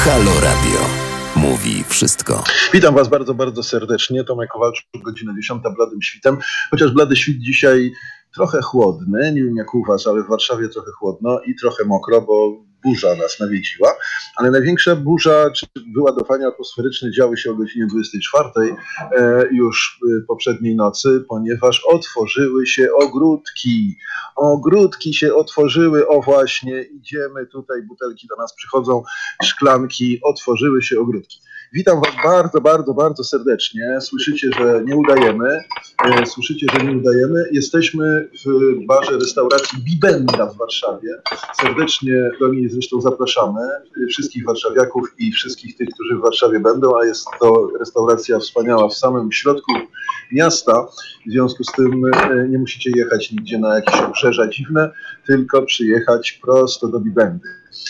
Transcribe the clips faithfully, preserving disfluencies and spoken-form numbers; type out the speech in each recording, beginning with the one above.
Halo Radio. Mówi wszystko. Witam Was bardzo, bardzo serdecznie. Tomek Kowalczuk, godzina dziesiąta, bladym świtem. Chociaż blady świt dzisiaj trochę chłodny, nie wiem jak u Was, ale w Warszawie trochę chłodno i trochę mokro, bo burza nas nawiedziła. Ale największa burza, czy wyładowania atmosferyczne działy się o godzinie dwudziestej czwartej e, już poprzedniej nocy, ponieważ otworzyły się ogródki. Ogródki się otworzyły, o właśnie, idziemy tutaj, butelki do nas przychodzą, szklanki, otworzyły się ogródki. Witam Was bardzo, bardzo, bardzo serdecznie. Słyszycie, że nie udajemy. E, słyszycie, że nie udajemy. Jesteśmy w barze restauracji Bibenda w Warszawie. Serdecznie do niej zresztą zapraszamy wszystkich warszawiaków i wszystkich tych, którzy w Warszawie będą, a jest to restauracja wspaniała w samym środku miasta. W związku z tym e, nie musicie jechać nigdzie na jakieś obrzeża dziwne, tylko przyjechać prosto do Bibendy.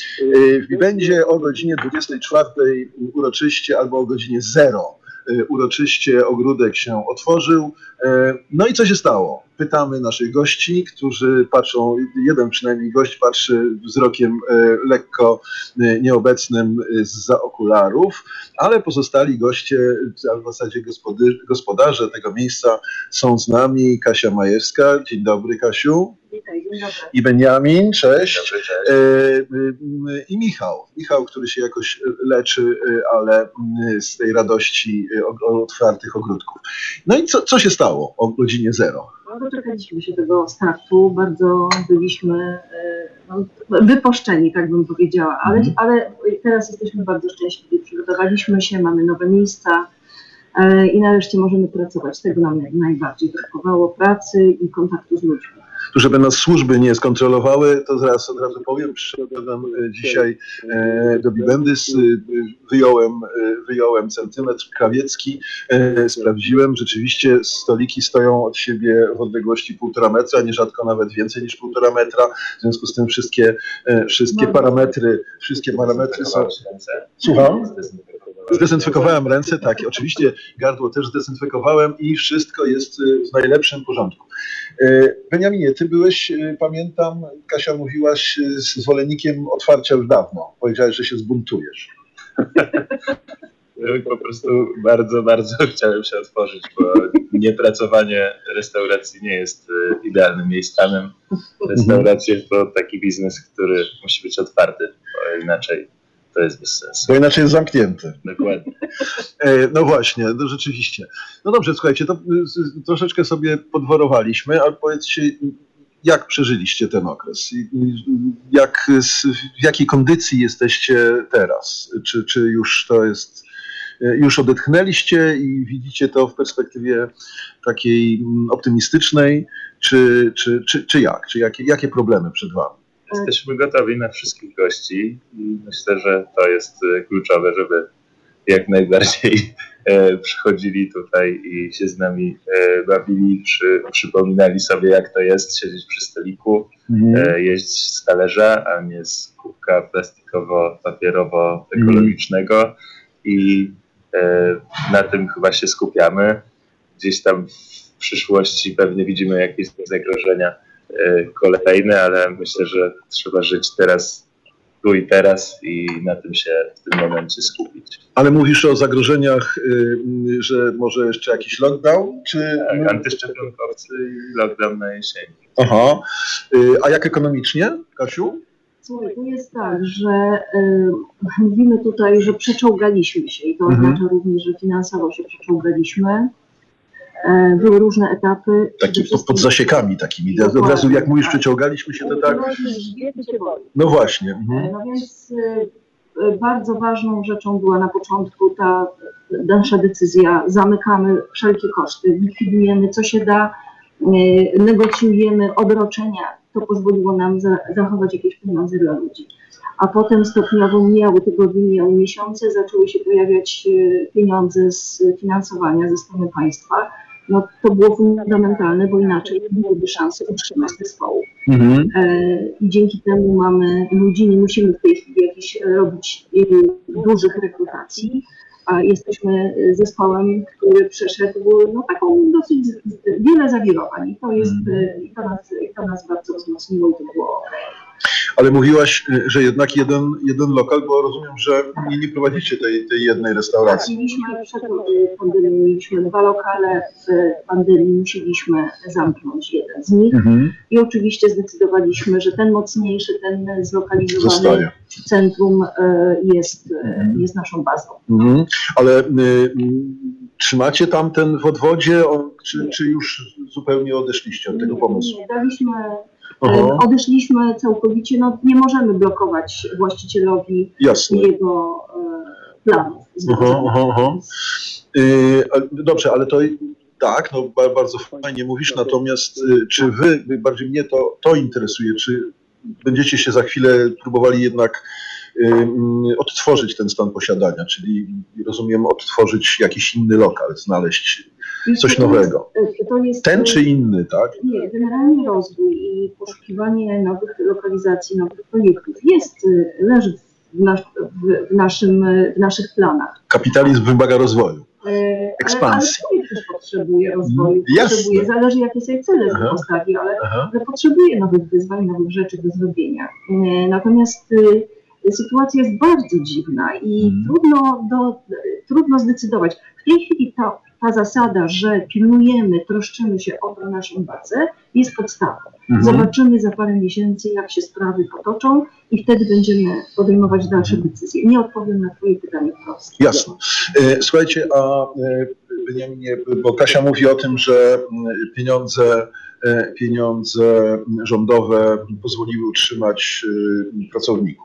W Bibendzie o godzinie dwudziestej czwartej uroczyście albo o godzinie zero uroczyście ogródek się otworzył. No i co się stało? Pytamy naszych gości, którzy patrzą, jeden przynajmniej gość patrzy wzrokiem lekko nieobecnym zza okularów, ale pozostali goście, a w zasadzie gospody, gospodarze tego miejsca są z nami. Kasia Majewska. Dzień dobry, Kasiu. Witaj, dzień dobry. I Beniamin, cześć. Dobry, cześć. E, I Michał. Michał, który się jakoś leczy, ale z tej radości otwartych ogródków. No i co, co się stało o godzinie zero? No, doczekaliśmy się tego startu, bardzo byliśmy no, wypuszczeni, tak bym powiedziała, ale, mm. ale teraz jesteśmy bardzo szczęśliwi. Przygotowaliśmy się, mamy nowe miejsca e, i nareszcie możemy pracować. Tego nam najbardziej brakowało, pracy i kontaktu z ludźmi. Tu, żeby nas służby nie skontrolowały, to zaraz od razu powiem, przyszedłem dzisiaj e, do Bibendy, wyjąłem, wyjąłem centymetr krawiecki, e, sprawdziłem, rzeczywiście stoliki stoją od siebie w odległości półtora metra, nierzadko nawet więcej niż półtora metra, w związku z tym wszystkie, e, wszystkie parametry, wszystkie parametry są... Słucham? Zdezynfekowałem ręce, tak, oczywiście gardło też zdezynfekowałem i wszystko jest w najlepszym porządku. Beniaminie, ty byłeś, pamiętam, Kasia, mówiłaś z zwolennikiem otwarcia już dawno. Powiedziałeś, że się zbuntujesz. Po prostu bardzo, bardzo chciałem się otworzyć, bo niepracowanie restauracji nie jest idealnym jej stanem. Restauracje to taki biznes, który musi być otwarty, bo inaczej to jest bez sensu. Bo inaczej jest zamknięty. Dokładnie. No właśnie, no rzeczywiście. No dobrze, słuchajcie, to troszeczkę sobie podworowaliśmy, ale powiedzcie, jak przeżyliście ten okres? Jak, w jakiej kondycji jesteście teraz? Czy, czy już to jest, już odetchnęliście i widzicie to w perspektywie takiej optymistycznej, czy, czy, czy, czy jak? Czy jakie, jakie problemy przed wami? Jesteśmy gotowi na wszystkich gości i myślę, że to jest kluczowe, żeby jak najbardziej e, przychodzili tutaj i się z nami e, bawili, przy, przypominali sobie, jak to jest siedzieć przy stoliku, mm. e, jeść z talerza, a nie z kubka plastikowo-papierowo-ekologicznego mm. i e, na tym chyba się skupiamy. Gdzieś tam w przyszłości pewnie widzimy jakieś zagrożenia kolejne, ale myślę, że trzeba żyć teraz, tu i teraz i na tym się w tym momencie skupić. Ale mówisz o zagrożeniach, że może jeszcze jakiś lockdown? Czy... Tak, antyszczepionkowcy i lockdown na jesieni. Aha. A jak ekonomicznie, Kasiu? Słuchaj, to jest tak, że y, mówimy tutaj, że przeczołgaliśmy się i to mhm. oznacza również, że finansowo się przeczołgaliśmy. Były różne etapy. Taki pod, pod zasiekami takimi. Od razu jak mówisz, przeciągaliśmy się, to tak... No właśnie. Mhm. No więc bardzo ważną rzeczą była na początku ta nasza decyzja. Zamykamy wszelkie koszty, likwidujemy co się da, negocjujemy odroczenia. To pozwoliło nam za, zachować jakieś pieniądze dla ludzi. A potem stopniowo mijały tygodnie, mijały miesiące, zaczęły się pojawiać pieniądze z finansowania ze strony państwa. No to było fundamentalne, bo inaczej nie byłoby szansy utrzymać zespołu. Mhm. E, I dzięki temu mamy ludzi, nie musimy w tej chwili jakichś robić e, dużych rekrutacji, a jesteśmy zespołem, który przeszedł no, taką dosyć wiele zawirowań i to jest, mhm. i to nas, i to nas bardzo wzmocniło i to było. Ale mówiłaś, że jednak jeden, jeden lokal, bo rozumiem, że nie, nie prowadzicie tej, tej jednej restauracji. Mieliśmy przed pandemią mieliśmy dwa lokale, w pandemii musieliśmy zamknąć jeden z nich mhm. i oczywiście zdecydowaliśmy, że ten mocniejszy, ten zlokalizowany Zostaje. w centrum jest, mhm. jest naszą bazą. Mhm. Ale y, trzymacie tam ten w odwodzie, on, czy, czy już zupełnie odeszliście od tego pomysłu? Nie, daliśmy, Aha. odeszliśmy całkowicie, no nie możemy blokować właścicielowi Jasne. jego e, planów. Aha, aha, aha. Y, dobrze, ale to tak, no bardzo fajnie mówisz, natomiast czy wy, bardziej mnie to, to interesuje, czy będziecie się za chwilę próbowali jednak odtworzyć ten stan posiadania, czyli rozumiem odtworzyć jakiś inny lokal, znaleźć coś nowego. To jest, to jest, ten czy inny, tak? Nie, generalnie rozwój i poszukiwanie nowych lokalizacji, nowych projektów jest, leży w, nas, w, w, naszym, w naszych planach. Kapitalizm wymaga rozwoju. Ekspansji. Ale, ale też potrzebuje rozwoju, potrzebuje, zależy jakie sobie cele Aha. postawi, ale, ale potrzebuje nowych wyzwań, nowych rzeczy do zrobienia. Natomiast sytuacja jest bardzo dziwna i hmm. trudno, do, trudno zdecydować. W tej chwili ta, ta zasada, że pilnujemy, troszczymy się o to naszą bazę, jest podstawą. Hmm. Zobaczymy za parę miesięcy, jak się sprawy potoczą i wtedy będziemy podejmować dalsze decyzje. Nie odpowiem na twoje pytanie wprost. Jasne. Słuchajcie, a Beniaminie, bo Kasia mówi o tym, że pieniądze pieniądze rządowe pozwoliły utrzymać pracowników.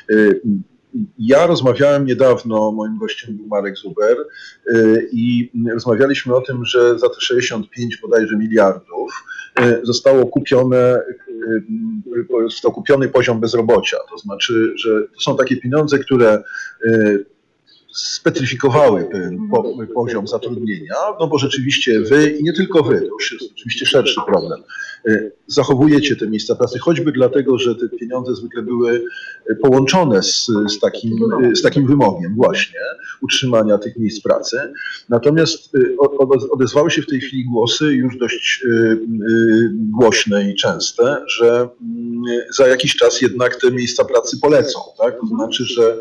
Ja rozmawiałem niedawno, moim gościem był Marek Zuber i rozmawialiśmy o tym, że za te sześćdziesiąt pięć bodajże miliardów zostało kupione, został kupiony poziom bezrobocia. To znaczy, że to są takie pieniądze, które specyfikowały po, poziom zatrudnienia, no bo rzeczywiście wy i nie tylko wy, to już jest oczywiście szerszy problem, zachowujecie te miejsca pracy, choćby dlatego, że te pieniądze zwykle były połączone z, z, takim, z takim wymogiem właśnie utrzymania tych miejsc pracy. Natomiast odezwały się w tej chwili głosy już dość głośne i częste, że za jakiś czas jednak te miejsca pracy polecą, tak? To znaczy, że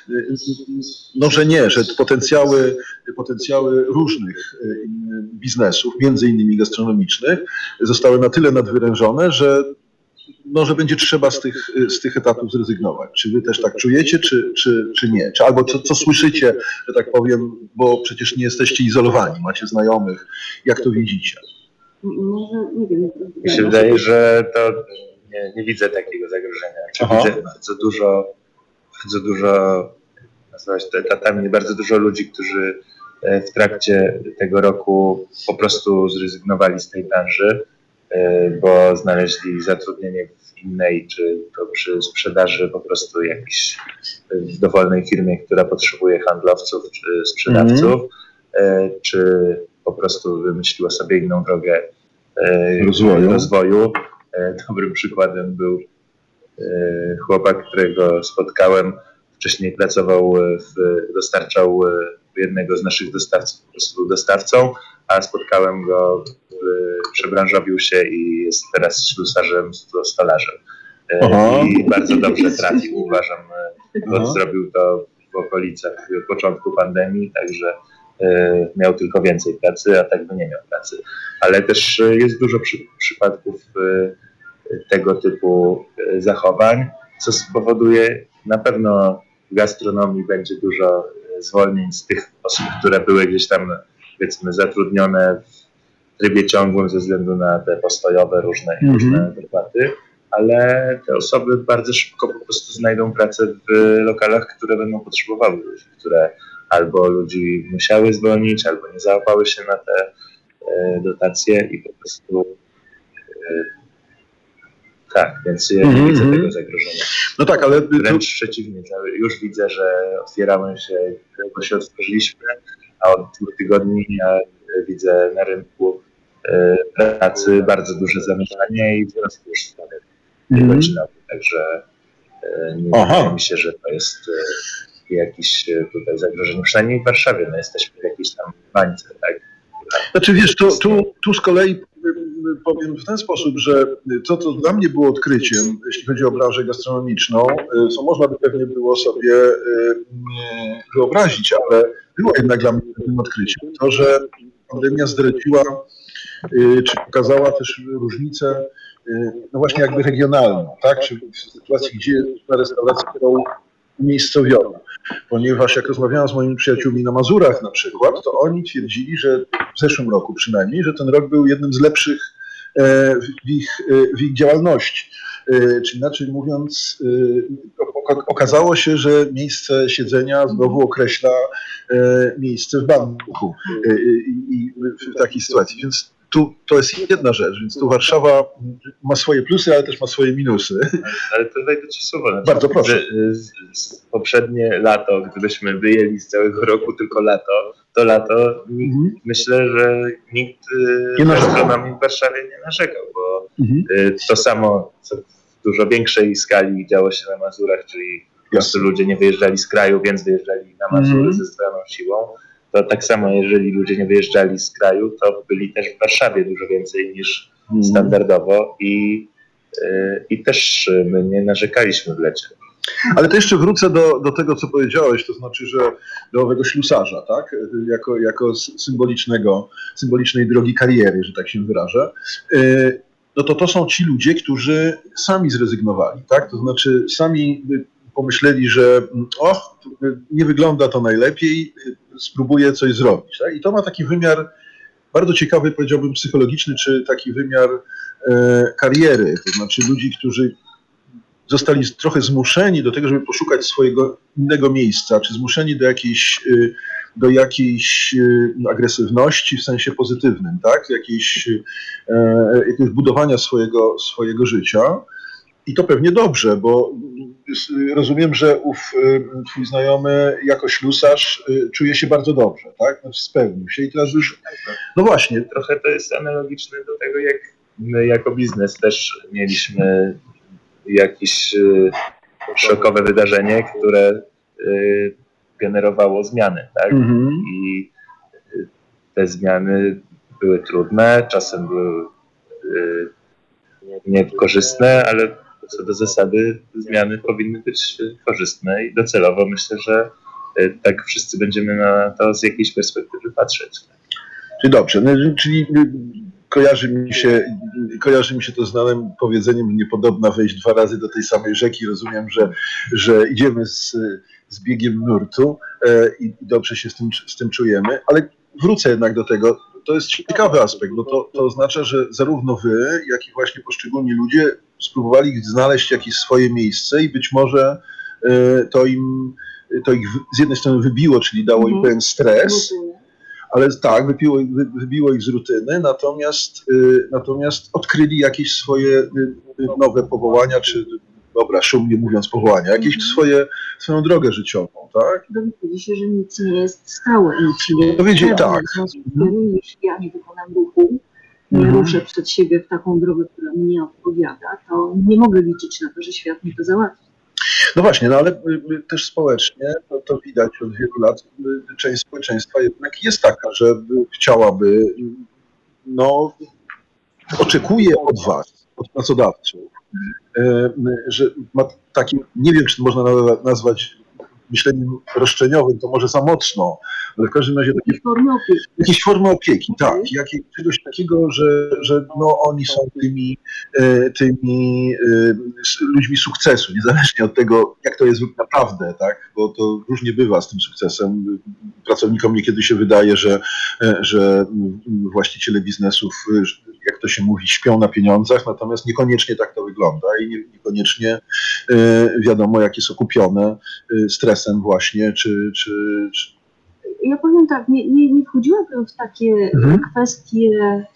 no, że nie, że potencjały, potencjały różnych biznesów, między innymi gastronomicznych, zostały na tyle nadwyrężone, że, no, że będzie trzeba z tych, z tych etatów zrezygnować. Czy wy też tak czujecie, czy, czy, czy nie? Czy albo co, co słyszycie, że tak powiem, bo przecież nie jesteście izolowani, macie znajomych, jak to widzicie? Może, nie wiem. Mi się wydaje, że to nie, nie widzę takiego zagrożenia. Czy widzę bardzo dużo, bardzo dużo nazwać to etatami, bardzo dużo ludzi, którzy w trakcie tego roku po prostu zrezygnowali z tej branży, bo znaleźli zatrudnienie w innej, czy to przy sprzedaży po prostu jakiejś w dowolnej firmie, która potrzebuje handlowców czy sprzedawców, mm. czy po prostu wymyśliła sobie inną drogę rozwoju. rozwoju. Dobrym przykładem był chłopak, którego spotkałem. Wcześniej pracował, w, dostarczał jednego z naszych dostawców, po prostu był dostawcą, a spotkałem go, w, przebranżowił się i jest teraz ślusarzem, stolarzem. Aha. I bardzo dobrze trafił, uważam, bo Aha. zrobił to w okolicach początku pandemii, także y, miał tylko więcej pracy, a tak by nie miał pracy. Ale też jest dużo przy, przypadków y, tego typu y, zachowań, co spowoduje na pewno w gastronomii będzie dużo zwolnień z tych osób, które były gdzieś tam, powiedzmy, zatrudnione w trybie ciągłym ze względu na te postojowe różne, mm-hmm. różne dopłaty, ale te osoby bardzo szybko po prostu znajdą pracę w lokalach, które będą potrzebowały ludzi, które albo ludzi musiały zwolnić, albo nie załapały się na te e, dotacje i po prostu e, tak, więc ja nie mm-hmm. widzę tego zagrożenia. No tak, ale wręcz tu... przeciwnie, już widzę, że otwieramy się, bo się otworzyliśmy, a od dwóch tygodni ja widzę na rynku e, pracy bardzo duże zamykanie i wzrost już stawek mm-hmm. godzinowy, także e, nie wydaje mi się, że to jest e, jakieś tutaj zagrożenie, przynajmniej w Warszawie, no jesteśmy w jakiejś tam bańce, tak? Znaczy wiesz, tu, tu, tu z kolei powiem w ten sposób, że to, co dla mnie było odkryciem, jeśli chodzi o branżę gastronomiczną, co można by pewnie było sobie wyobrazić, ale było jednak dla mnie pewnym odkryciem. To, że pandemia zdradziła, czy pokazała też różnicę, no właśnie jakby regionalną, tak? Czy w sytuacji, gdzie restauracje są umiejscowione. Ponieważ jak rozmawiałem z moimi przyjaciółmi na Mazurach na przykład, to oni twierdzili, że w zeszłym roku przynajmniej, że ten rok był jednym z lepszych w ich, w ich działalności. Czy inaczej mówiąc, okazało się, że miejsce siedzenia znowu określa miejsce w banku i w takiej sytuacji. Więc tu to jest jedna rzecz, więc tu Warszawa ma swoje plusy, ale też ma swoje minusy. Ale to wejdę ci słowo. Bardzo proszę. Z, z poprzednie lato, gdybyśmy wyjęli z całego roku tylko lato, to lato mhm. myślę, że nikt gastronomii w Warszawie nie narzekał, bo mhm. to samo, co w dużo większej skali działo się na Mazurach, czyli po prostu ludzie nie wyjeżdżali z kraju, więc wyjeżdżali na Mazury mhm. ze zdrowaną siłą. To tak samo, jeżeli ludzie nie wyjeżdżali z kraju, to byli też w Warszawie dużo więcej niż mm. standardowo i, yy, i też my nie narzekaliśmy w lecie. Ale to jeszcze wrócę do, do tego, co powiedziałeś, to znaczy, że do owego ślusarza, tak? Jako, jako symbolicznego, symbolicznej drogi kariery, że tak się wyrażę. Yy, no to to są ci ludzie, którzy sami zrezygnowali, tak? To znaczy sami pomyśleli, że och, nie wygląda to najlepiej, spróbuję coś zrobić. Tak? I to ma taki wymiar bardzo ciekawy, powiedziałbym, psychologiczny, czy taki wymiar e, kariery. To znaczy ludzi, którzy zostali trochę zmuszeni do tego, żeby poszukać swojego innego miejsca, czy zmuszeni do jakiejś, do jakiejś agresywności w sensie pozytywnym, tak? Jakiejś, e, jakiegoś budowania swojego, swojego życia. I to pewnie dobrze, bo rozumiem, że ów twój znajomy jako ślusarz czuje się bardzo dobrze, tak? Znaczy spełnił się i teraz już, no właśnie. Trochę to jest analogiczne do tego, jak my jako biznes też mieliśmy jakieś szokowe wydarzenie, które generowało zmiany, tak? Mhm. I te zmiany były trudne, czasem były niekorzystne, ale co do zasady zmiany powinny być korzystne i docelowo myślę, że tak wszyscy będziemy na to z jakiejś perspektywy patrzeć. Czyli dobrze, no, czyli kojarzy mi się, kojarzy mi się to znanym powiedzeniem, niepodobna wejść dwa razy do tej samej rzeki. Rozumiem, że, że idziemy z, z biegiem nurtu e, i dobrze się z tym, z tym czujemy, ale wrócę jednak do tego. To jest ciekawy aspekt, bo to, to oznacza, że zarówno wy, jak i właśnie poszczególni ludzie spróbowali znaleźć jakieś swoje miejsce i być może y, to im to ich z jednej strony wybiło, czyli dało im pewien stres, ale tak, wybiło, wy, wybiło ich z rutyny, natomiast, y, natomiast odkryli jakieś swoje y, nowe powołania, czy dobra, szumnie mówiąc powołania, jakieś swoje, swoją drogę życiową, tak? Dowiedzieli się, że nic nie jest stałe, nic nie jest Dowiedzieli, tak. W związku z tym, jeśli ja nie wykonam ruchu, nie mhm. ruszę przed siebie w taką drogę, która mi nie odpowiada, to nie mogę liczyć na to, że świat mi to załatwi. No właśnie, no ale też społecznie, to, to widać od wielu lat, część społeczeństwa jednak jest taka, że chciałaby, no, oczekuje od was, od pracodawców, że ma taki, nie wiem, czy to można nazwać myśleniem roszczeniowym, to może za mocno, ale w każdym razie takie formy opieki. Jakieś formy opieki, tak, jakieś, czegoś takiego, że, że no, oni są tymi, tymi ludźmi sukcesu, niezależnie od tego, jak to jest naprawdę, tak, bo to różnie bywa z tym sukcesem. Pracownikom niekiedy się wydaje, że, że właściciele biznesów, jak to się mówi, śpią na pieniądzach, natomiast niekoniecznie tak to wygląda i nie, niekoniecznie wiadomo, jak jest okupione stresem właśnie, czy, czy, czy... Ja powiem tak, nie, nie, nie wchodziłabym w takie mhm. kwestie,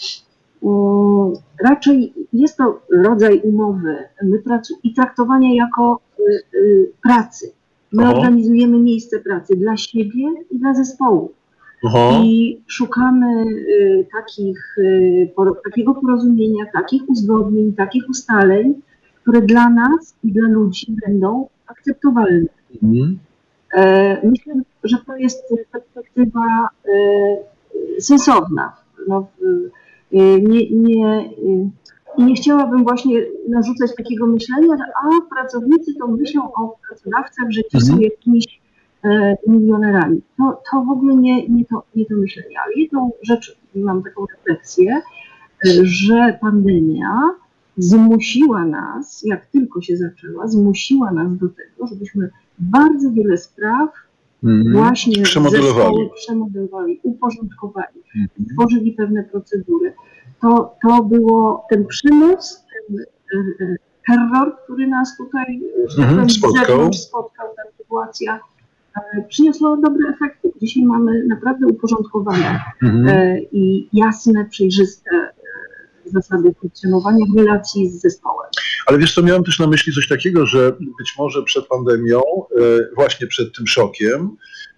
um, raczej jest to rodzaj umowy my pracu i traktowania jako y, y, pracy. My Aha. organizujemy miejsce pracy dla siebie i dla zespołu. Aha. I szukamy y, takich, y, por, takiego porozumienia, takich uzgodnień, takich ustaleń, które dla nas i dla ludzi będą akceptowalne. Mhm. E, myślę, że to jest perspektywa e, sensowna. No, Nie, nie, nie chciałabym właśnie narzucać takiego myślenia, że a pracownicy to myślą o pracodawcach, że ci są jakimiś e, milionerami. To, to w ogóle nie, nie, to, nie to myślenie. Ale jedną rzecz, mam taką refleksję, że pandemia zmusiła nas, jak tylko się zaczęła, zmusiła nas do tego, żebyśmy bardzo wiele spraw mm-hmm. właśnie przemodelowali. przemodelowali, uporządkowali, mm-hmm. tworzyli pewne procedury. To, to było ten przymus, ten e, terror, który nas tutaj mm-hmm. spotkał. spotkał, ta sytuacja e, przyniosła dobre efekty. Dzisiaj mamy naprawdę uporządkowane mm-hmm. e, i jasne, przejrzyste zasady funkcjonowania w relacji z zespołem. Ale wiesz co, miałem też na myśli coś takiego, że być może przed pandemią, właśnie przed tym szokiem,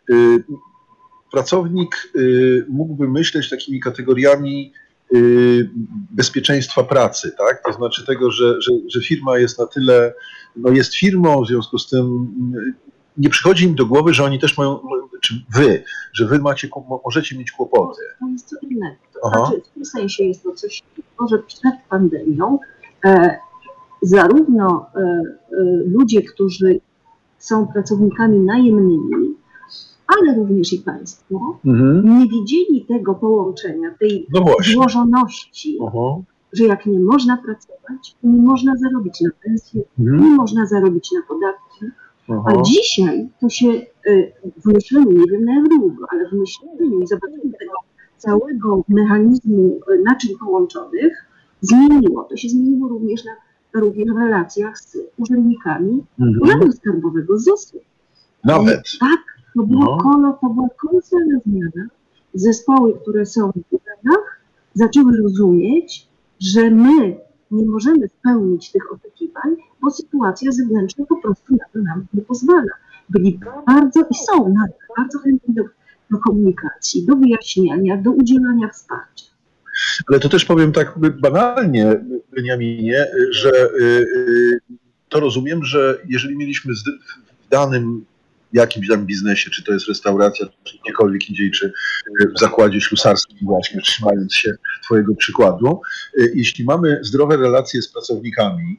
pracownik mógłby myśleć takimi kategoriami bezpieczeństwa pracy, tak? To znaczy tego, że, że, że firma jest na tyle, no jest firmą, w związku z tym nie przychodzi im do głowy, że oni też mają, czy wy, że wy macie, możecie mieć kłopoty. To jest co innego. To znaczy, w tym sensie jest to coś, że przed pandemią e, zarówno e, e, ludzie, którzy są pracownikami najemnymi, ale również i państwo, mhm. nie widzieli tego połączenia, tej no złożoności, uh-huh. że jak nie można pracować, to nie można zarobić na pensję, mhm. nie można zarobić na podatki. A dzisiaj to się w myśleniu, nie wiem na jak długo, ale w myśleniu i zobaczeniu tego całego mechanizmu naczyń połączonych zmieniło. To się zmieniło również na, również w relacjach z urzędnikami mhm. Urzędu Skarbowego, z ZUS-u. Nawet. Tak, to, było kolo, to była kolosalna zmiana. Zespoły, które są w urzędach, zaczęły rozumieć, że my nie możemy spełnić tych oczekiwań, bo sytuacja zewnętrzna po prostu na to nam nie pozwala. Byli bardzo i są nadal bardzo chętni do, do komunikacji, do wyjaśniania, do udzielania wsparcia. Ale to też powiem tak banalnie, Beniaminie, że y, to rozumiem, że jeżeli mieliśmy w danym jakimś tam biznesie, czy to jest restauracja, czy gdziekolwiek indziej, czy w zakładzie ślusarskim właśnie, trzymając się twojego przykładu, jeśli mamy zdrowe relacje z pracownikami,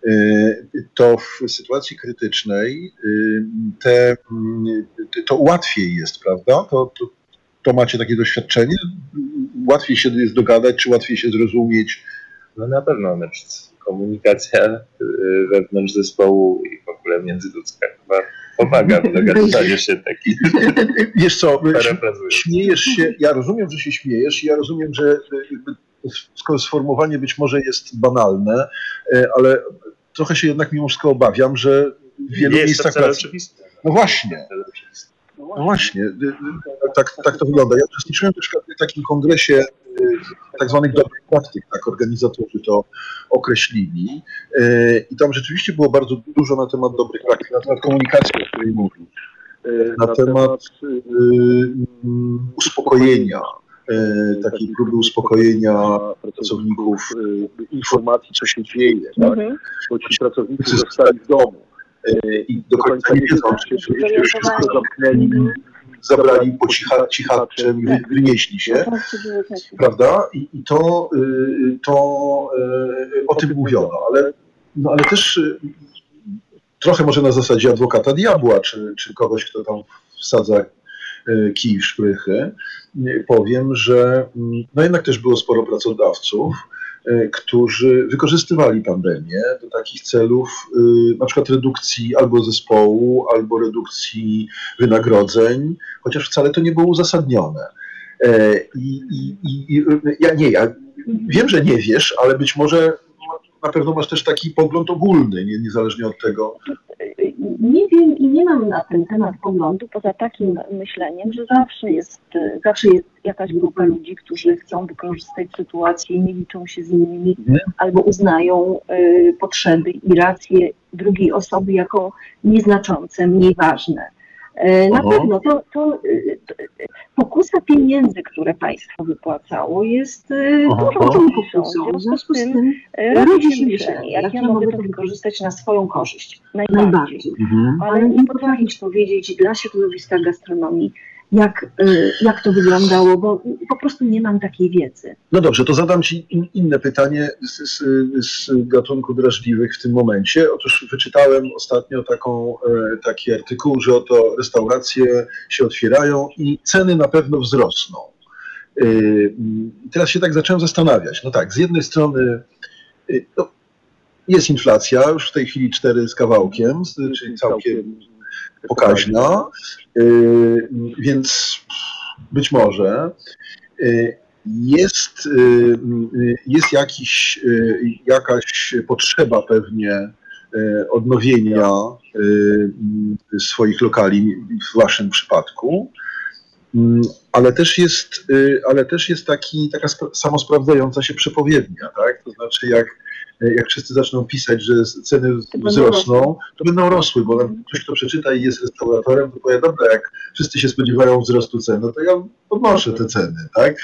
to w sytuacji krytycznej te, to łatwiej jest, prawda? To, to, to macie takie doświadczenie? Łatwiej się jest dogadać, czy łatwiej się zrozumieć? No na pewno, znaczy komunikacja wewnątrz zespołu i w ogóle międzyludzka chyba pomaga w dogadywaniu się takich. Wiesz co, śmiejesz się, ja rozumiem, że się śmiejesz, ja rozumiem, że sformułowanie być może jest banalne, ale trochę się jednak mimo wszystko obawiam, że w wielu jest miejscach to pracy... oczywiste. No właśnie. No właśnie, tak, tak to wygląda. Ja uczestniczyłem też w takim kongresie tak zwanych dobrych praktyk, tak organizatorzy to określili. I tam rzeczywiście było bardzo dużo na temat dobrych praktyk, na temat komunikacji, o której mówił, na temat uspokojenia, takiej próby uspokojenia pracowników, informacji, co się dzieje, tak? Bo ci pracownicy zostali w domu i do końca nie wiedzą, czy już wszystko zamknęli, zabrali po cicha, cichaczem i wynieśli się, prawda? I, i to, to o tym mówiono, ale, no, ale też trochę może na zasadzie adwokata diabła, czy, czy kogoś, kto tam wsadza kij w szprychy, powiem, że no jednak też było sporo pracodawców, którzy wykorzystywali pandemię do takich celów, na przykład redukcji albo zespołu, albo redukcji wynagrodzeń, chociaż wcale to nie było uzasadnione. I, i, i ja nie, ja wiem, że nie wiesz, ale być może na pewno masz też taki pogląd ogólny, nie, niezależnie od tego. Nie wiem i nie mam na ten temat poglądu, poza takim myśleniem, że zawsze jest, zawsze jest jakaś grupa ludzi, którzy chcą wykorzystać sytuację i nie liczą się z innymi, mhm. albo uznają y, potrzeby i racje drugiej osoby jako nieznaczące, mniej ważne. Na Aha. pewno to, to, to pokusa pieniędzy, które państwo wypłacało, jest Aha. dużą pokusą. W związku z tym rodzi się myślenie, jak ja mogę to wykorzystać na swoją korzyść. Najbardziej. Mhm. Ale nie potrafisz powiedzieć dla środowiska gastronomii, jak, jak to wyglądało, bo po prostu nie mam takiej wiedzy. No dobrze, to zadam Ci in, inne pytanie z, z, z gatunku drażliwych w tym momencie. Otóż wyczytałem ostatnio taką, taki artykuł, że oto restauracje się otwierają i ceny na pewno wzrosną. I teraz się tak zacząłem zastanawiać. No tak, z jednej strony no, jest inflacja, już w tej chwili cztery z kawałkiem, czyli całkiem pokaźna, więc być może jest, jest jakiś, jakaś potrzeba pewnie odnowienia swoich lokali w waszym przypadku, ale też jest, ale też jest taki, taka samosprawdzająca się przepowiednia, tak? To znaczy jak, jak wszyscy zaczną pisać, że ceny wzrosną, to będą rosły, bo ktoś, kto przeczyta i jest restauratorem, to powie, dobra, jak wszyscy się spodziewają wzrostu cen, no to ja podnoszę te ceny, tak?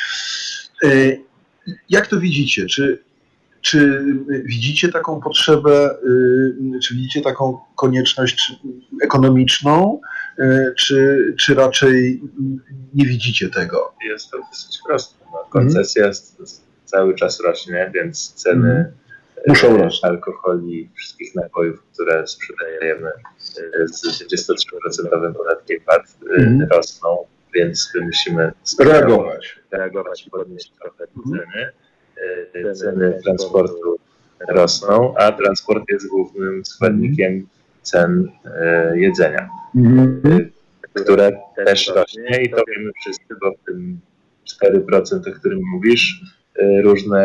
Jak to widzicie? Czy, czy widzicie taką potrzebę, czy widzicie taką konieczność ekonomiczną, czy, czy raczej nie widzicie tego? Jest to dosyć proste. No, koncesja mm. cały czas rośnie, więc ceny mm. muszą rosnąć. Alkoholi, wszystkich napojów, które sprzedajemy z dwudziestotrzyprocentowym procentowym podatkiem V A T mm. rosną, więc musimy reagować. reagować i podnieść trochę ceny. Mm. Ceny transportu rosną, a transport jest głównym składnikiem cen e, jedzenia, mm-hmm. które też rośnie i to wiemy wszyscy, bo w tym cztery procent, o którym mówisz, e, różne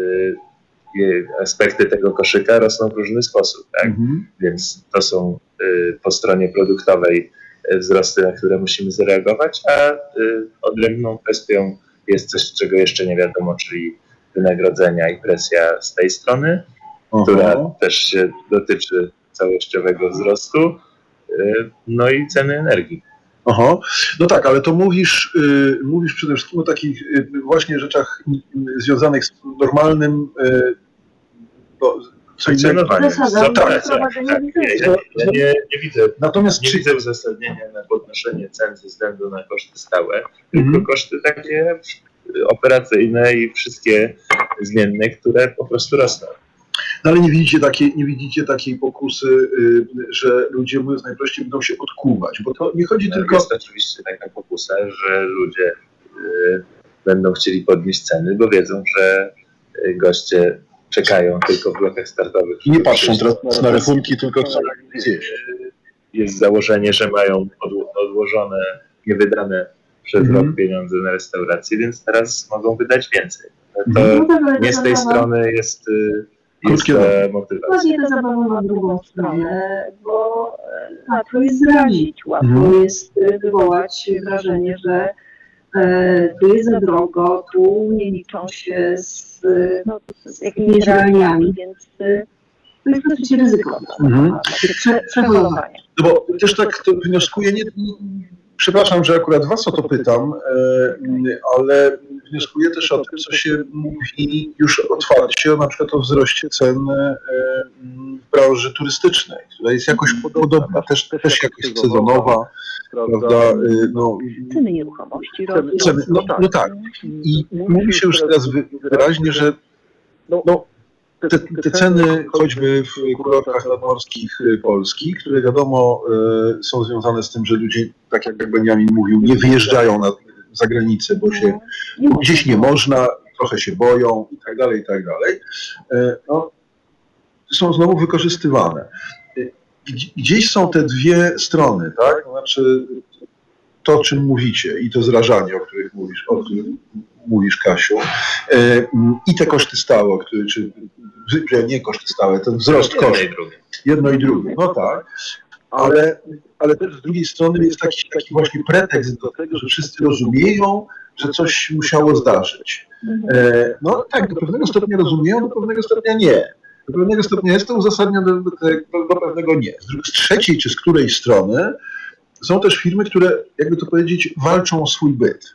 e, aspekty tego koszyka rosną w różny sposób, tak? Mm-hmm. Więc to są e, po stronie produktowej wzrosty, na które musimy zareagować, a e, odrębną kwestią jest coś, czego jeszcze nie wiadomo, czyli wynagrodzenia i presja z tej strony, Aha. która też się dotyczy całościowego wzrostu, no i ceny energii. Aha. No tak, ale to mówisz, yy, mówisz przede wszystkim o takich yy, właśnie rzeczach yy, związanych z normalnym yy, no, funkcjonowaniem. No, tak, tak, tak. Nie, ja, ja nie, nie widzę, Natomiast nie czy... widzę uzasadnienia na podnoszenie cen ze względu na koszty stałe, tylko mm-hmm. koszty takie operacyjne i wszystkie zmienne, które po prostu rosną. No ale nie widzicie takiej, nie widzicie takiej pokusy, y, że ludzie, mówiąc najprościej, będą się odkuwać, bo to nie chodzi no, tylko... Jest oczywiście taka pokusa, że ludzie y, będą chcieli podnieść ceny, bo wiedzą, że y, goście czekają tylko w blokach startowych. Nie patrzą teraz na rachunki, tylko chcą gdzieś. Jest założenie, że mają odłożone, niewydane przez mm. rok pieniądze na restaurację, więc teraz mogą wydać więcej. To mm. nie z tej strony jest... Jest motywacja. Właśnie to zabawa na drugą stronę, bo łatwo jest zrazić, łatwo mm. jest wywołać wrażenie, że e, tu jest za drogo, tu nie liczą się z, no, z jakimiś realiami, więc e, to jest dosyć ryzykowne. Mm. Prze, przewolowanie. No bo też tak to wnioskuję, nie, nie, przepraszam, że akurat was o to pytam, e, ale wnioskuję też o tym, co się mówi już otwarcie, na przykład o wzroście cen w branży turystycznej, która jest jakoś podobna, też, też jakoś sezonowa, prawda? No, ceny nieruchomości. Ceny, no, no tak. I mówi się już teraz wyraźnie, że no, te, te ceny choćby w kurortach nadmorskich Polski, które wiadomo są związane z tym, że ludzie, tak jak Benjamin mówił, nie wyjeżdżają na za granicę, bo się bo gdzieś nie można, trochę się boją i tak dalej, i tak dalej, no, są znowu wykorzystywane. Gdzieś są te dwie strony, tak? Znaczy to, o czym mówicie i to zrażanie, o których mówisz, o którym mówisz, Kasiu, i te koszty stałe, o których, czy nie koszty stałe, ten wzrost kosztów. Jedno i drugie. No tak. Ale, ale też z drugiej strony jest taki, taki właśnie pretekst do tego, że wszyscy rozumieją, że coś musiało zdarzyć. E, no tak, do pewnego stopnia rozumieją, do pewnego stopnia nie. Do pewnego stopnia jest to uzasadnione, do, do, do pewnego nie. Z trzeciej czy z której strony są też firmy, które, jakby to powiedzieć, walczą o swój byt.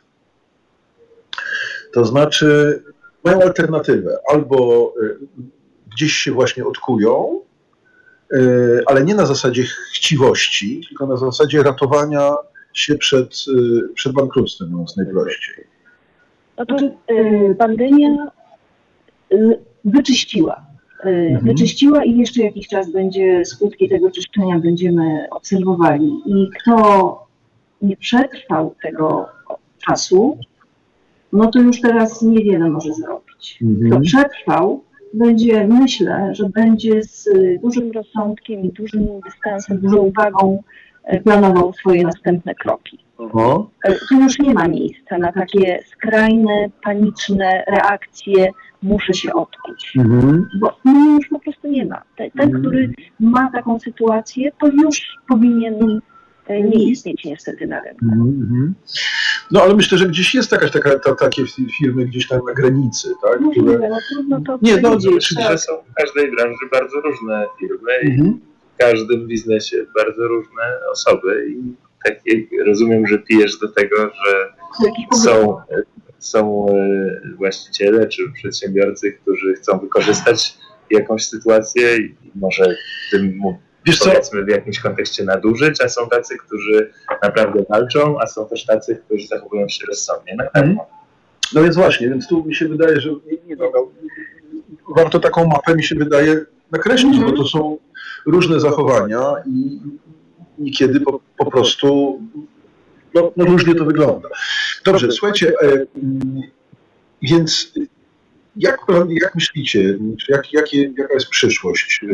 To znaczy mają alternatywę. Albo gdzieś się właśnie odkują, ale nie na zasadzie chciwości, tylko na zasadzie ratowania się przed, przed bankructwem, mówiąc najprościej? No to y, pandemia y, wyczyściła. Y, mhm. Wyczyściła i jeszcze jakiś czas będzie skutki tego czyszczenia będziemy obserwowali. I kto nie przetrwał tego czasu, no to już teraz niewiele może zrobić. Mhm. Kto przetrwał, będzie, myślę, że będzie z dużym rozsądkiem i dużym dystansem, dużą uwagą planował swoje następne kroki. Aha. Tu już nie ma miejsca na takie skrajne, paniczne reakcje, muszę się odkuć. Mhm. Bo no już po prostu nie ma. Ten, mhm. który ma taką sytuację, to już powinien nie istnieć niestety na rynku. Mhm. No ale myślę, że gdzieś jest jakaś taka, ta, takie firmy gdzieś tam na granicy, tak? No, które... no, trudno to nie, no, znaczy, że są w każdej branży bardzo różne firmy mhm. i w każdym biznesie bardzo różne osoby i tak rozumiem, że pijesz do tego, że są, są właściciele czy przedsiębiorcy, którzy chcą wykorzystać jakąś sytuację i może w tym Wiesz powiedzmy co? w jakimś kontekście nadużyć, a są tacy, którzy naprawdę walczą, a są też tacy, którzy zachowują się rozsądnie. Na pewno. No więc właśnie, więc tu mi się wydaje, że nie, nie, no, warto taką mapę, mi się wydaje, nakreślić, mm-hmm. bo to są różne zachowania i niekiedy po, po prostu no, no różnie to wygląda. Dobrze, słuchajcie, e, więc jak, jak myślicie, jak, jakie, jaka jest przyszłość?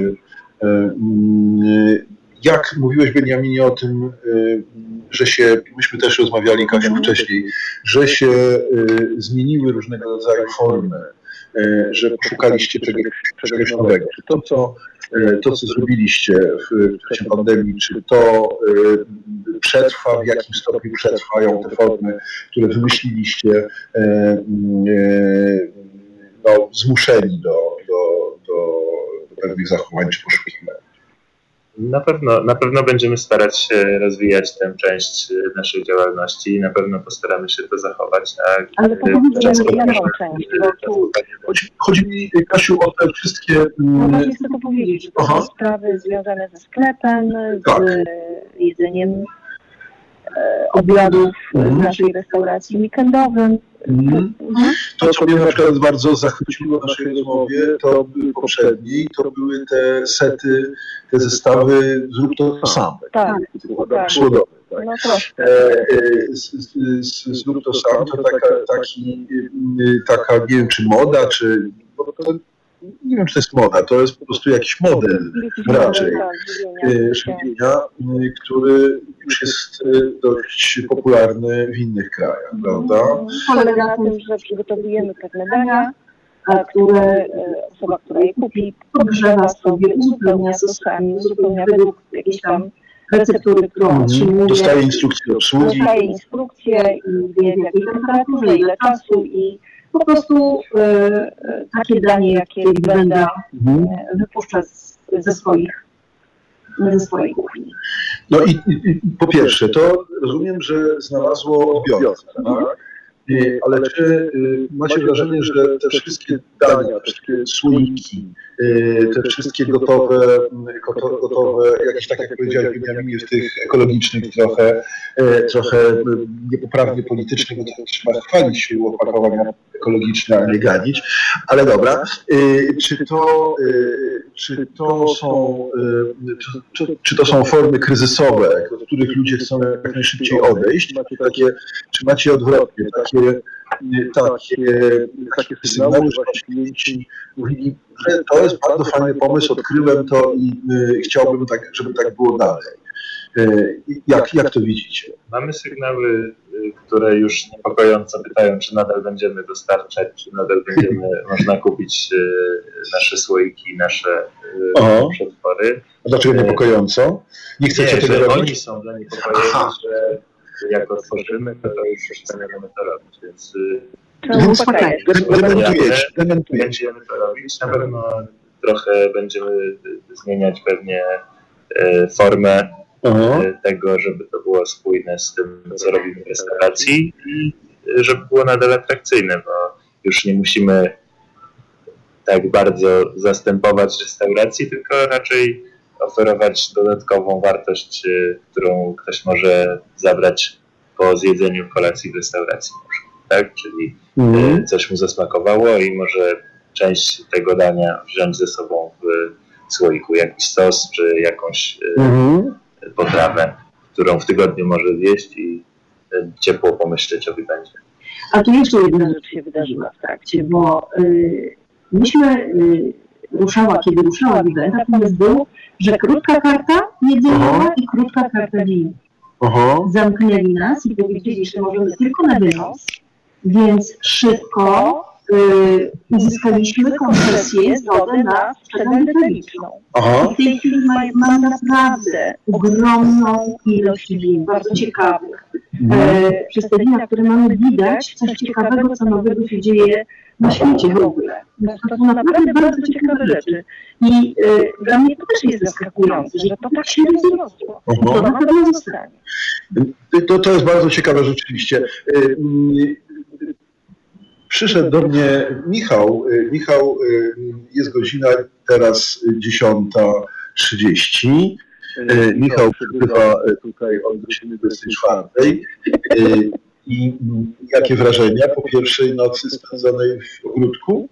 Jak mówiłeś, Beniaminie, o tym, że się, myśmy też rozmawiali, Kasiu, wcześniej, że się zmieniły różnego rodzaju formy, że poszukaliście czegoś, czegoś nowego. Czy to, co, to, co zrobiliście w czasie pandemii, czy to przetrwa, w jakim stopniu przetrwają te formy, które wymyśliliście, no, zmuszeni do, do, do pewnych zachowań czy poszukiwań? Na pewno, na pewno będziemy starać się rozwijać tę część naszej działalności i na pewno postaramy się to zachować. Tak? Ale to powiedzmy jedną część. Chodzi, chodzi mi, Kasiu, o te wszystkie... No właśnie chcę to powiedzieć, że to są sprawy związane ze sklepem, tak. z jedzeniem e, obiadów mhm. w naszej restauracji weekendowym. Mhm. To, co mnie na przykład bardzo zachwyciło w naszej rozmowie, to były poprzedniej, to były te sety, te zestawy Zrób to sam. Tak, tak. Słodowe, tak. No troszkę. E, z, z, z, Zrób to sam to taka, taki, taka, nie wiem, czy moda, czy... Bo to, nie wiem, czy to jest moda, to jest po prostu jakiś model raczej żywienia, który już jest dość popularny w innych krajach, prawda? Polega na tym, że przygotowujemy pewne dania, które osoba, która je kupi, podgrzewa sobie, uzupełnia sosami, uzupełnia według jakiejś tam receptury, którą otrzymuje. Dostaje instrukcję obsługi. Dostaje instrukcję i wie, w jakiej temperaturze, ile czasu i po prostu e, takie danie, jakie Wenda mhm. wypuszcza z, ze swoich ze swojej kuchni. No i, i, i po pierwsze, to rozumiem, że znalazło odbiorcę, tak? Ale czy macie wrażenie, że te wszystkie dania, te wszystkie słoiki, te wszystkie gotowe, gotowe jakieś, tak jak powiedziałeś, Beniaminie, w tych ekologicznych, trochę, trochę niepoprawnie politycznych, bo to trzeba chwalić się opakowania ekologiczne, a nie ganić, ale dobra. Czy to, czy to są, czy, czy to są formy kryzysowe, od których ludzie chcą jak najszybciej odejść? Macie takie, czy macie odwrotnie, takie takie, takie sygnały, że klienci mówili, że to jest bardzo fajny pomysł, odkryłem to i y, chciałbym, tak, żeby tak było dalej. Y, jak, jak to widzicie? Mamy sygnały, które już niepokojąco pytają, czy nadal będziemy dostarczać, czy nadal będziemy można kupić y, nasze słoiki, nasze y, przetwory. A dlaczego niepokojąco? Nie chcecie Nie, tego że robić? Oni są zaniepokojeni, że jak otworzymy, to, to już przestaniemy to robić, więc będziemy to robić. Na pewno trochę będziemy zmieniać pewnie e, formę e, tego, żeby to było spójne z tym, co robimy w restauracji i żeby było nadal atrakcyjne, bo już nie musimy tak bardzo zastępować restauracji, tylko raczej oferować dodatkową wartość, którą ktoś może zabrać po zjedzeniu kolacji w restauracji. Tak? Czyli mm. coś mu zasmakowało i może część tego dania wziąć ze sobą w słoiku, jakiś sos czy jakąś mm. potrawę, którą w tygodniu może zjeść i ciepło pomyśleć o wydarzeniu. A tu jeszcze jedna rzecz się wydarzyła w trakcie, bo yy, myśmy yy, ruszała, kiedy ruszała event, a pomysł był, że krótka karta jedzeniowa i krótka karta win. Zamknęli nas i powiedzieli, że możemy tylko na wynos, więc szybko yy, uzyskaliśmy koncesję, zgodę na sprzedaż detaliczną. I w tej chwili mamy ma naprawdę ogromną ilość win, bardzo ciekawych. E, przez te wina, które mamy, widać coś ciekawego, co nowego się dzieje na świecie w ogóle. To są naprawdę bardzo ciekawe rzeczy. I e, dla mnie to też jest zaskakujące, że to tak się rozrosło. To na pewno zostanie. To, to jest bardzo ciekawe rzeczywiście. Przyszedł do mnie Michał. Michał, jest godzina teraz dziesiąta trzydzieści. Michał przybywa tutaj od godziny dwudziestej czwartej. I jakie wrażenia po pierwszej nocy spędzonej w ogródku?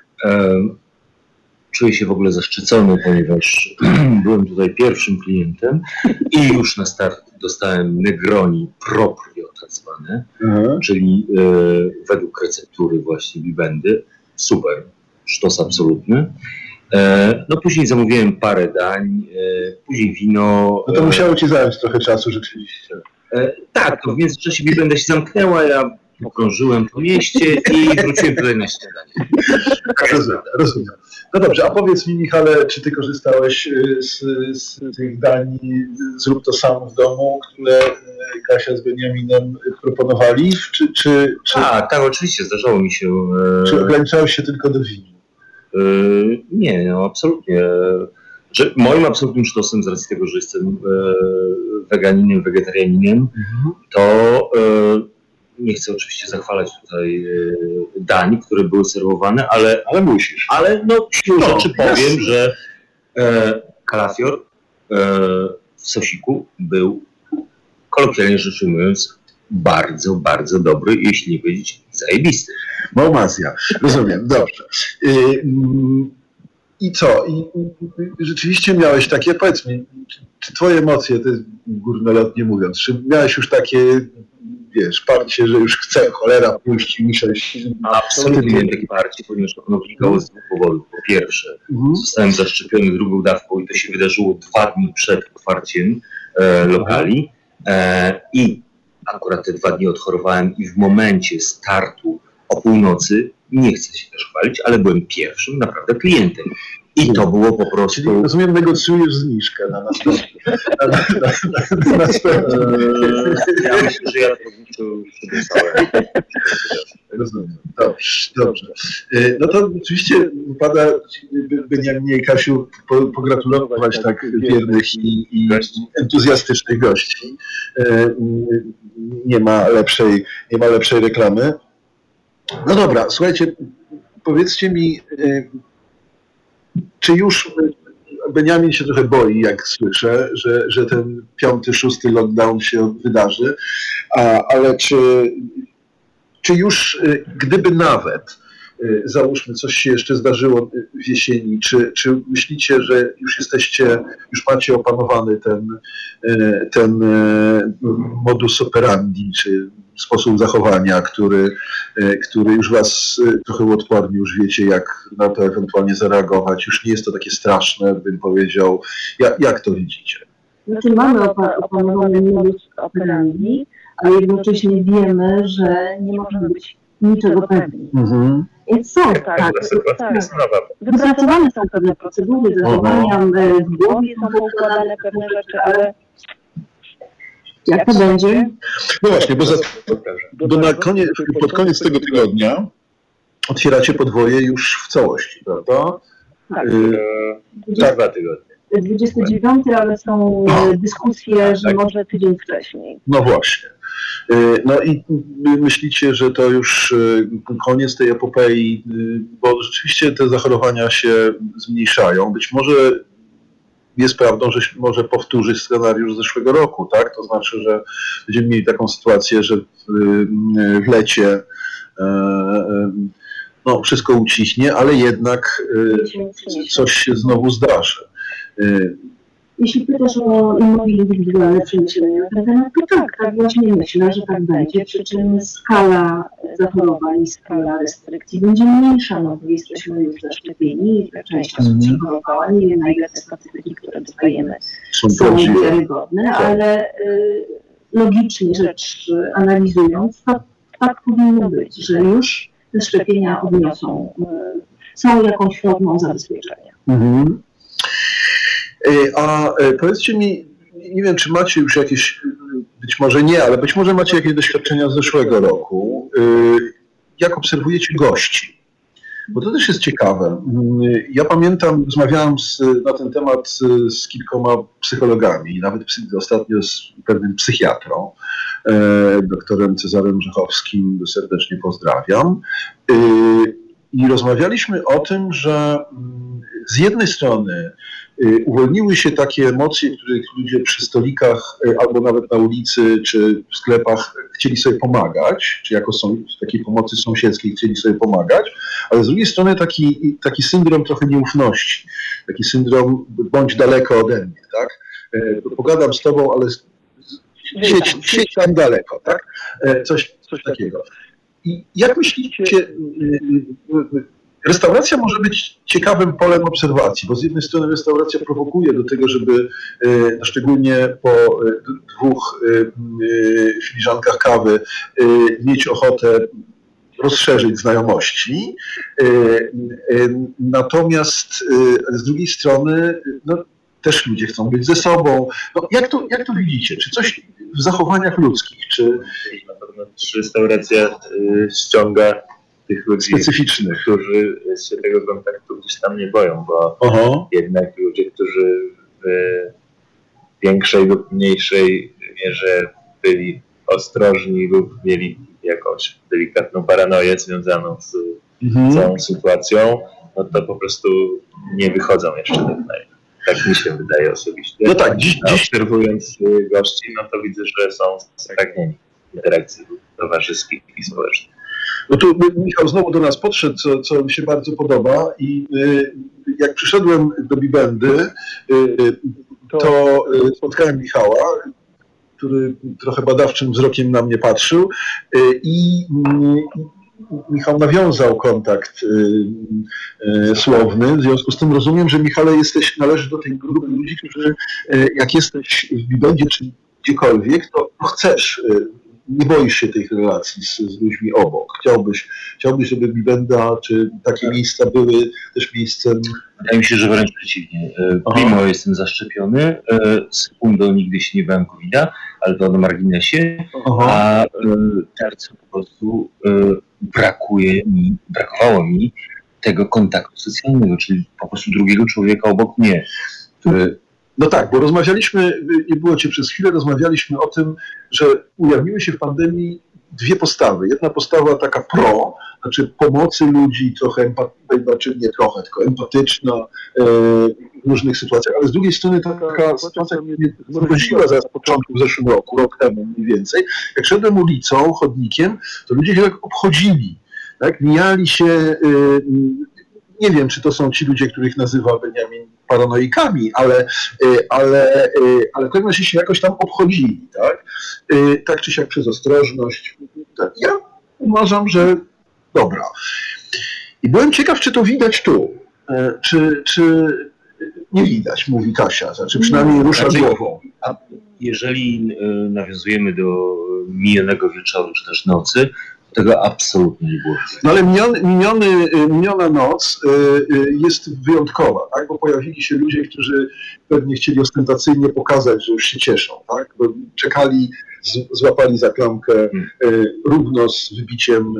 Czuję się w ogóle zaszczycony, ponieważ byłem tutaj pierwszym klientem i już na start dostałem Negroni proprio tak zwane, mhm. czyli e, według receptury właśnie Bibendy. Super, sztos absolutny. E, no później zamówiłem parę dań, e, później wino. No to musiało ci zająć trochę czasu rzeczywiście. E, tak, to w międzyczasie Bibenda się zamknęła, ja pokrążyłem po mieście i wróciłem tutaj na śniadanie. Rozumiem, rozumiem. No dobrze, a powiedz mi, Michale, czy ty korzystałeś z, z tych dań Zrób to sam w domu, które Kasia z Beniaminem proponowali? Czy, czy, czy, a, tak, oczywiście, zdarzało mi się. E... Czy ograniczałeś się tylko do win? E, nie, no absolutnie. Że moim absolutnym sztosem, z racji tego, że jestem e, weganinem, wegetarianinem, mhm. to e, nie chcę oczywiście zachwalać tutaj e, dań, które były serwowane, ale, ale musisz. Ale no, siłą no, rzeczy powiem, że e, kalafior e, w sosiku był, kolokwialnie rzecz ujmując, bardzo, bardzo dobry, jeśli nie powiedzieć zajebisty. Małmazja, rozumiem, dobrze. Y, I co? I, I rzeczywiście miałeś takie, powiedz mi, czy twoje emocje, to jest górnolotnie mówiąc, czy miałeś już takie, wiesz, parcie, że już chcę, cholera, pójść i muszę... Absolutnie miałem takie parcie, ponieważ ono wynikało z dwóch powodów. Po pierwsze, mhm. zostałem zaszczepiony drugą dawką i to się wydarzyło dwa dni przed otwarciem e, lokali e, i akurat te dwa dni odchorowałem i w momencie startu o północy, nie chcę się też chwalić, ale byłem pierwszym naprawdę klientem. I to było po prostu... Czyli rozumiem, negocjujesz zniżkę na następny. Na, na, na, na następny. Ja myślę, że ja to już dostałem. Rozumiem. Dobrze, dobrze. No to oczywiście wypada Beniaminie i Kasiu pogratulować tak wiernych i, i entuzjastycznych gości. Nie ma lepszej, nie ma lepszej reklamy. No dobra, słuchajcie, powiedzcie mi, czy już Beniamin się trochę boi, jak słyszę, że, że ten piąty, szósty lockdown się wydarzy, a, ale czy, czy już, gdyby nawet, załóżmy, coś się jeszcze zdarzyło w jesieni, czy, czy myślicie, że już jesteście, już macie opanowany ten, ten modus operandi, czy sposób zachowania, który, który już was trochę uodpornił, już wiecie, jak na to ewentualnie zareagować. Już nie jest to takie straszne, bym powiedział. Jak, jak to widzicie? Znaczy mamy opanowany modus operandi, ale jednocześnie wiemy, że nie możemy być niczego pewni. Mhm. Więc są tak, tak, tak. Wypracowane są pewne procedury, zachowania, w głowie są poukładane pewne rzeczy, ale jak to będzie? No właśnie, bo, za, bo na koniec, pod koniec tego tygodnia otwieracie podwoje już w całości, prawda? Tak. Tak, dwa tygodnie. dwudziestego dziewiątego, ale są dyskusje, że tak. Może tydzień wcześniej. No właśnie. No i myślicie, że to już koniec tej epopei, bo rzeczywiście te zachorowania się zmniejszają. Być może jest prawdą, że może powtórzyć scenariusz z zeszłego roku, tak? To znaczy, że będziemy mieli taką sytuację, że w, w lecie no, wszystko uciśnie, ale jednak coś się znowu zdarzy. Jeśli pytasz o indywidualne przemyślenia na ten temat, to tak, tak właśnie myślę, że tak będzie, przy czym skala zachorowań i skala restrykcji będzie mniejsza, no bo jesteśmy już zaszczepieni, część osób przechorowała, nie wiem na ile te statystyki, które dostajemy są wiarygodne, ale y, logicznie rzecz analizując, to tak powinno być, że już te szczepienia odniosą, y, są jakąś formą zabezpieczenia. Mhm. A powiedzcie mi, nie wiem, czy macie już jakieś, być może nie, ale być może macie jakieś doświadczenia z zeszłego roku. Jak obserwujecie gości? Bo to też jest ciekawe. Ja pamiętam, rozmawiałem z, na ten temat z kilkoma psychologami, nawet ostatnio z pewnym psychiatrą, doktorem Cezarem Rzechowskim, serdecznie pozdrawiam. I rozmawialiśmy o tym, że z jednej strony uwolniły się takie emocje, których ludzie przy stolikach albo nawet na ulicy czy w sklepach chcieli sobie pomagać, czy jako są, takiej pomocy sąsiedzkiej chcieli sobie pomagać, ale z drugiej strony taki, taki syndrom trochę nieufności, taki syndrom bądź daleko ode mnie, tak? Pogadam z tobą, ale siedź, siedź tam daleko, tak? Coś, coś takiego. I jak myślicie, restauracja może być ciekawym polem obserwacji, bo z jednej strony restauracja prowokuje do tego, żeby no szczególnie po dwóch filiżankach kawy mieć ochotę rozszerzyć znajomości. Natomiast z drugiej strony no, też ludzie chcą być ze sobą. No, jak, to, jak to widzicie? Czy coś w zachowaniach ludzkich? Czy... Na pewno restauracja ściąga tych ludzi specyficznych, którzy się tego kontaktu gdzieś tam nie boją, bo Aha. jednak ludzie, którzy w większej lub mniejszej mierze byli ostrożni lub mieli jakąś delikatną paranoję związaną z mhm. całą sytuacją, no to po prostu nie wychodzą jeszcze do knajpy. Tak mi się wydaje osobiście. No tak, dziś, dziś... Obserwując gości, no to widzę, że są spragnieni interakcji towarzyskich i społecznych. No tu Michał znowu do nas podszedł, co, co mi się bardzo podoba i y, jak przyszedłem do Bibendy, y, to y, spotkałem Michała, który trochę badawczym wzrokiem na mnie patrzył y, i y, Michał nawiązał kontakt y, y, słowny, w związku z tym rozumiem, że Michale jesteś, należysz do tej grupy ludzi, którzy y, jak jesteś w Bibendzie czy gdziekolwiek, to chcesz y, nie boisz się tych relacji z, z ludźmi obok. Chciałbyś, chciałbyś, żeby Bibenda czy takie miejsca były też miejscem... Wydaje mi się, że wręcz przeciwnie. Mimo jestem zaszczepiony, sekundą nigdy się nie bałem kowida, ale to na marginesie, Aha. a teraz po prostu brakuje mi, brakowało mi tego kontaktu socjalnego, czyli po prostu drugiego człowieka obok mnie, który... No tak, bo rozmawialiśmy, nie było cię przez chwilę, rozmawialiśmy o tym, że ujawniły się w pandemii dwie postawy. Jedna postawa taka pro, znaczy pomocy ludzi, trochę empatyczna, znaczy nie trochę, tylko empatyczna e, w różnych sytuacjach, ale z drugiej strony taka sytuacja mnie zmroziła za początku w zeszłym roku, rok temu mniej więcej. Jak szedłem ulicą, chodnikiem, to ludzie się tak obchodzili, tak? Mijali się... E, nie wiem, czy to są ci ludzie, których nazywa Beniamin paranoikami, ale, ale, ale w pewnym razie się jakoś tam obchodzili, tak? Tak czy siak przez ostrożność. Tak. Ja uważam, że dobra. I byłem ciekaw, czy to widać tu, czy, czy nie widać, mówi Kasia, znaczy przynajmniej rusza znaczy, głową. A jeżeli nawiązujemy do minionego wieczoru, czy też nocy, tego absolutnie nie było. No ale miniony, miniony, miniona noc jest wyjątkowa, tak? Bo pojawili się ludzie, którzy pewnie chcieli ostentacyjnie pokazać, że już się cieszą, tak? Bo czekali, z, złapali za klamkę hmm. równo z wybiciem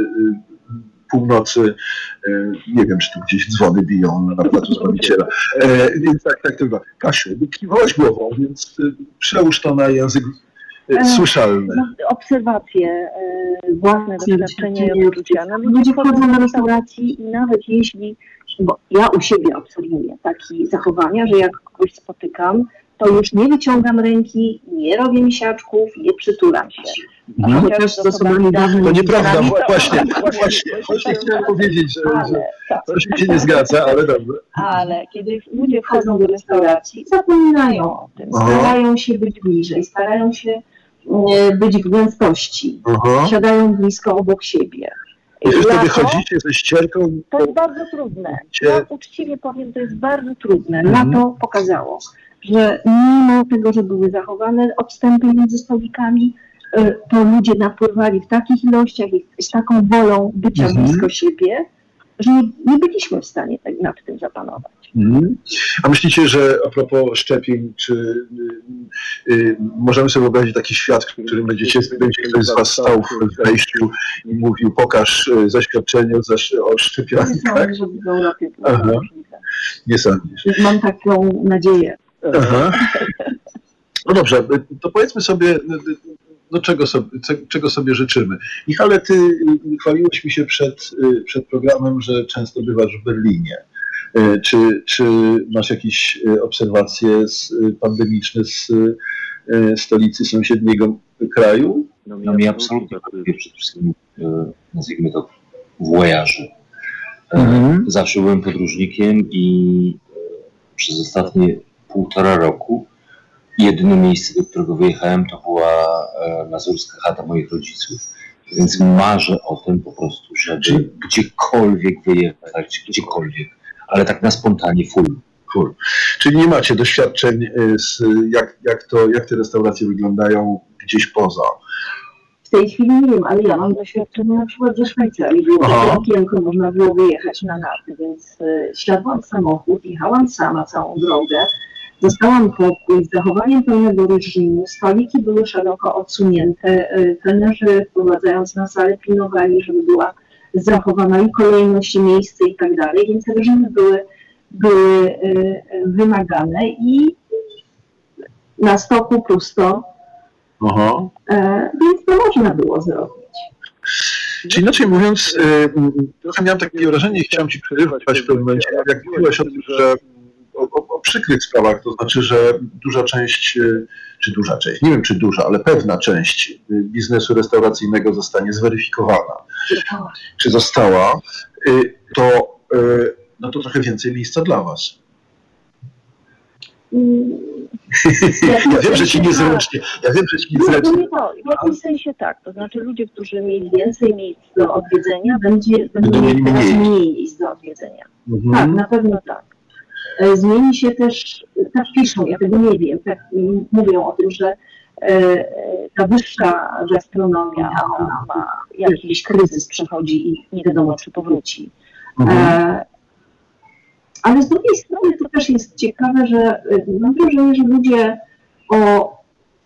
północy. Nie wiem, czy tu gdzieś dzwony biją na placu Zbawiciela. Więc tak, tak to chyba. Kasiu, kiwałaś głową, więc przełóż to na język słyszalne. No, obserwacje, e, własne doświadczenia i odczucia. No, ludzie wchodzą do restauracji i nawet jeśli bo ja u siebie obserwuję takie zachowania, że jak kogoś spotykam, to już nie wyciągam ręki, nie robię misiaczków, nie przytulam się. Mhm. Chociaż z osobami dawnymi To nieprawda, znami, wła- właśnie, właśnie, właśnie chciałem powiedzieć, że, że ale, tak, coś mi się nie zgadza, ale dobrze. ale kiedy ludzie wchodzą do restauracji, zapominają o tym, Aha. starają się być bliżej, starają się e, być w gęstości, Aha. siadają blisko obok siebie. I wy wtedy Lato- chodzicie ze ścierką, To jest bardzo trudne. Cię- Ja uczciwie powiem, to jest bardzo trudne. Mhm. Lato pokazało, że mimo tego, że były zachowane odstępy między stolikami, y, to ludzie napływali w takich ilościach i z taką wolą bycia Mhm. blisko siebie, że nie, nie byliśmy w stanie tak nad tym zapanować. Mhm. A myślicie, że a propos szczepień, czy y, y, możemy sobie wyobrazić taki świat, w którym będziecie, będzie ktoś z was stał w wejściu i mówił, pokaż y, zaświadczenie o, zasz- o Nie szczepionkach? sądzę, żeby w Europie było Aha. to możliwe. Nie sądzisz. Mam taką nadzieję. Aha. No dobrze, to powiedzmy sobie, no czego sobie, ce- czego sobie życzymy. Michale, ty y, chwaliłeś mi się przed, y, przed programem, że często bywasz w Berlinie. Y, Czy, czy masz jakieś y, obserwacje z, y, pandemiczne z y, stolicy sąsiedniego kraju? No mnie absolutnie brakuje przede wszystkim, e, nazwijmy to, wojaży. E, Mhm. Zawsze byłem podróżnikiem i e, przez ostatnie półtora roku jedyne miejsce, do którego wyjechałem, to była e, mazurska chata moich rodziców. Więc marzę o tym po prostu, żeby gdziekolwiek wyjechać, gdziekolwiek, ale tak na spontanie, full. Cool. Czyli nie macie doświadczeń, y, z, jak, jak, to, jak te restauracje wyglądają gdzieś poza? W tej chwili nie wiem, ale ja mam doświadczenie na przykład ze Szwajcarii. Było Aha. takie okienko, można było wyjechać na narty, więc y, siadłam w samochód, jechałam sama całą drogę, dostałam pokój z zachowaniem pełnego reżimu, stoliki były szeroko odsunięte, y, trenerzy wprowadzając na salę pilnowali, żeby była zachowana i kolejność, i miejsce i tak dalej, więc reżimy były, były y, y, wymagane i na stoku pusto. Aha. E, więc to można było zrobić. Czy inaczej mówiąc, y, trochę miałem takie wrażenie i chciałem ci przerywać w pewnym momencie, jak mówiłeś o tym, że o, o, o przykrych sprawach, to znaczy, że duża część, y, czy duża część, nie wiem czy duża, ale pewna część y, biznesu restauracyjnego zostanie zweryfikowana, czy została, y, to, y, no to trochę więcej miejsca dla was. Mm, Ja wiem, że ci niezręcznie, ja wiem, że ci No, niezręcznie. nie to, w jakimś sensie tak. To znaczy ludzie, którzy mieli więcej miejsc do odwiedzenia, będzie, będą mieli mieli teraz mniej. mniej miejsc do odwiedzenia. Tak, Mhm. na pewno tak. E, Zmieni się też, tak piszą, ja tego nie wiem, tak mm, mówią o tym, że e, ta wyższa gastronomia ona ma jakiś kryzys przechodzi i nie wiadomo, czy powróci. Mhm. E, Ale z drugiej strony to też jest ciekawe, że y, mam wrażenie, że ludzie o...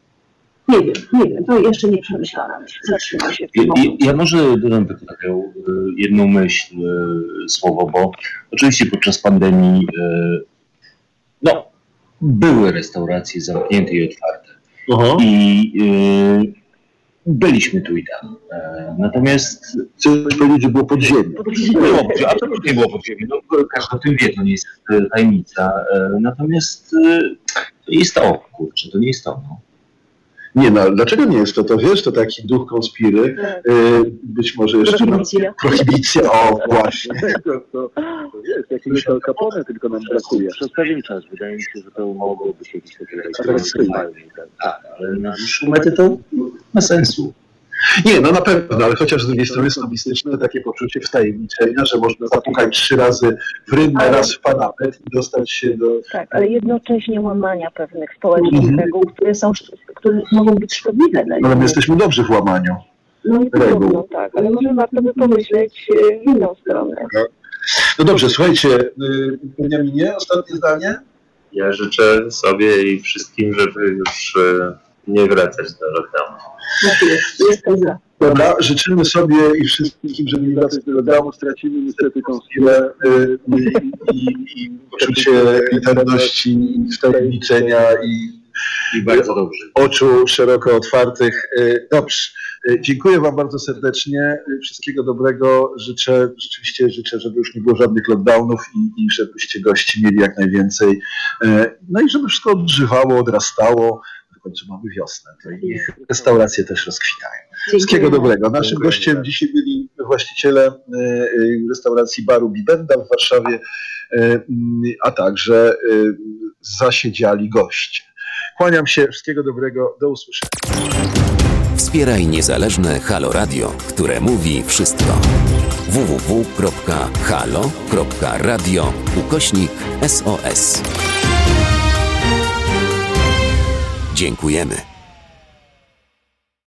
Nie wiem, nie wiem, to jeszcze nie przemyślana myśl. Zatrzymam się w tym Ja, momencie. ja może dodam tylko taką e, jedną myśl, e, słowo, bo oczywiście podczas pandemii e, no, były restauracje zamknięte i otwarte Aha. i e, byliśmy tu i tam. E, natomiast Chcę powiedzieć, że było podziemie. było, absolutnie było podziemie. No, każdy o tym wie, to nie jest e, tajemnica. E, natomiast e, to nie jest to, kurczę, to nie jest to. No. Nie no, ale dlaczego nie jest to? To wiesz, to taki duch konspiry, y, być może jeszcze na Prohibicja. prohibicja, o właśnie. To, to, to jest, jakiegoś Al Capone tylko nam brakuje. Przez pewien czas wydaje mi się, że to mogło być jakieś takie Atrakcyjne. Tak, ale na dłuższą metę to ma sensu. Nie, no na pewno, ale chociaż z drugiej strony snobistyczne takie poczucie wtajemniczenia, że można zapukać trzy razy w rybę, raz w parapet i dostać się do... Tak, ale jednocześnie łamania pewnych społecznych Mhm. reguł, które są, które mogą być szkodliwe dla No ale my innych. jesteśmy dobrzy w łamaniu. No nie reguł. trudno, tak, ale może warto by pomyśleć y, w inną stronę. No dobrze, słuchajcie, y, Beniaminie, ostatnie zdanie? Ja życzę sobie i wszystkim, żeby już e, nie wracać do lockdownu. Tak jest, jestem za. Dobra, życzymy sobie i wszystkim, żeby nie wracać do domu, stracimy niestety tą chwilę y, i, i, i poczucie literności, wtajemniczenia i I bardzo dobrze. Oczu szeroko otwartych. Dobrze. Dziękuję Wam bardzo serdecznie. Wszystkiego dobrego. Życzę, rzeczywiście życzę, żeby już nie było żadnych lockdownów i, i żebyście gości mieli jak najwięcej. No i żeby wszystko odżywało, odrastało. W końcu mamy wiosnę. To i restauracje też rozkwitają. Wszystkiego dobrego. Naszym Dziękuję gościem bardzo. dzisiaj byli właściciele restauracji Baru Bibenda w Warszawie, a także zasiedziali goście. Kłaniam się. Wszystkiego dobrego. Do usłyszenia. Wspieraj niezależne Halo Radio, które mówi wszystko. w w w kropka halo kropka radio ukośnik S O S. Dziękujemy.